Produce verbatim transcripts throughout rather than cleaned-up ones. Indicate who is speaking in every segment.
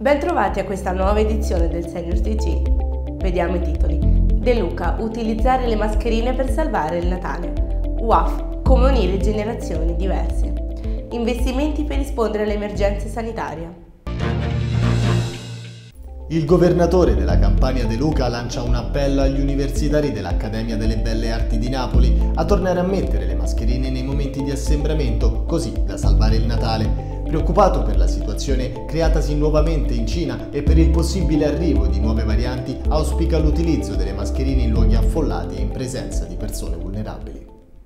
Speaker 1: Bentrovati a questa nuova edizione del Senior T G. Vediamo i titoli. De Luca, utilizzare le mascherine per salvare il Natale. U A F, come unire generazioni diverse. Investimenti per rispondere alle emergenze sanitarie.
Speaker 2: Il governatore della Campania De Luca lancia un appello agli universitari dell'Accademia delle Belle Arti di Napoli a tornare a mettere le mascherine nei momenti di assembramento, così da salvare il Natale. Preoccupato per la situazione creatasi nuovamente in Cina e per il possibile arrivo di nuove varianti, auspica l'utilizzo delle mascherine in luoghi affollati e in presenza di persone vulnerabili.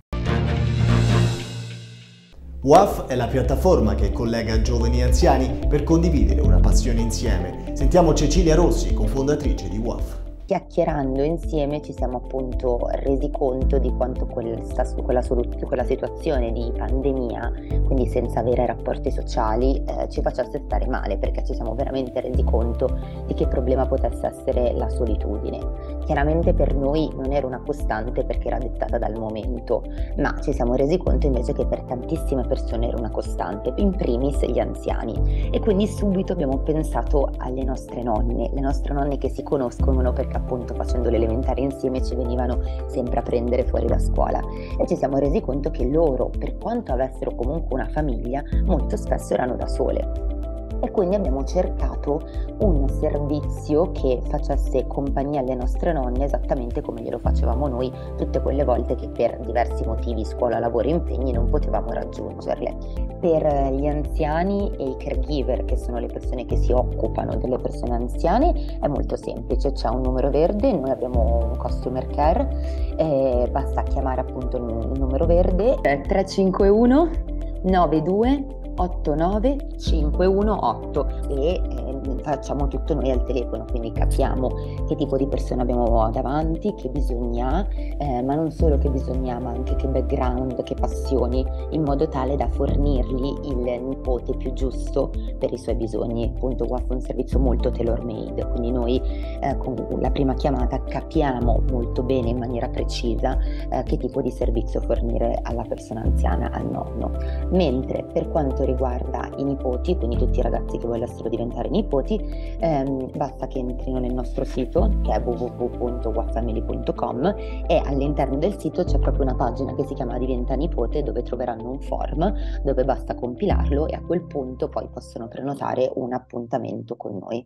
Speaker 2: U A F è la piattaforma che collega giovani e anziani per condividere una passione insieme. Sentiamo Cecilia Rossi, cofondatrice di U A F.
Speaker 3: Chiacchierando insieme ci siamo appunto resi conto di quanto questa, quella, quella situazione di pandemia, quindi senza avere rapporti sociali, eh, ci facesse stare male, perché ci siamo veramente resi conto di che problema potesse essere la solitudine. Chiaramente per noi non era una costante perché era dettata dal momento, ma ci siamo resi conto invece che per tantissime persone era una costante, in primis gli anziani. E quindi subito abbiamo pensato alle nostre nonne, le nostre nonne che si conoscono perché appunto facendo l'elementare insieme ci venivano sempre a prendere fuori da scuola, e ci siamo resi conto che loro, per quanto avessero comunque una famiglia, molto spesso erano da sole. E quindi abbiamo cercato un servizio che facesse compagnia alle nostre nonne esattamente come glielo facevamo noi tutte quelle volte che per diversi motivi, scuola, lavoro e impegni, non potevamo raggiungerle. Per gli anziani e i caregiver, che sono le persone che si occupano delle persone anziane, è molto semplice, c'è un numero verde, noi abbiamo un customer care, eh, basta chiamare appunto il numero verde eh, tre cinque uno nove due otto nove cinque uno otto e eh, facciamo tutto noi al telefono, quindi capiamo che tipo di persona abbiamo davanti, che bisogni ha, eh, ma non solo che bisogni ha, ma anche che background, che passioni, in modo tale da fornirgli il nipote più giusto per i suoi bisogni. Appunto U A F è un servizio molto tailor made, quindi noi eh, con la prima chiamata capiamo molto bene in maniera precisa eh, che tipo di servizio fornire alla persona anziana, al nonno. Mentre per quanto riguarda i nipoti, quindi tutti i ragazzi che volessero diventare nipoti, ehm, basta che entrino nel nostro sito, che è w w w punto u a f family punto com, e all'interno del sito c'è proprio una pagina che si chiama Diventa Nipote, dove troveranno un form dove basta compilarlo e a quel punto poi possono prenotare un appuntamento con noi.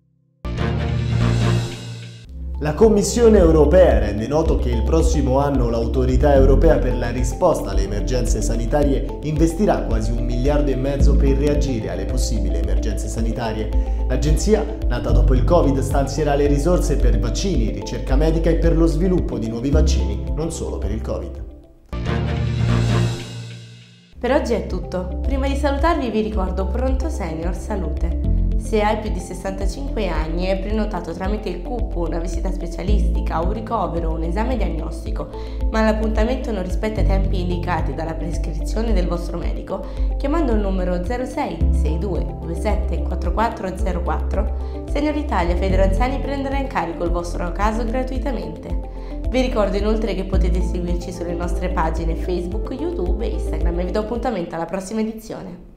Speaker 2: La Commissione europea rende noto che il prossimo anno l'Autorità europea per la risposta alle emergenze sanitarie investirà quasi un miliardo e mezzo per reagire alle possibili emergenze sanitarie. L'agenzia, nata dopo il Covid, stanzierà le risorse per vaccini, ricerca medica e per lo sviluppo di nuovi vaccini, non solo per il Covid.
Speaker 1: Per oggi è tutto. Prima di salutarvi vi ricordo Pronto Senior Salute. Se hai più di sessantacinque anni e hai prenotato tramite il C U P una visita specialistica, un ricovero o un esame diagnostico, ma l'appuntamento non rispetta i tempi indicati dalla prescrizione del vostro medico, chiamando il numero zero sei sei due due sette quattro quattro zero quattro, Senior Italia Federanziani prenderà in carico il vostro caso gratuitamente. Vi ricordo inoltre che potete seguirci sulle nostre pagine Facebook, YouTube e Instagram e vi do appuntamento alla prossima edizione.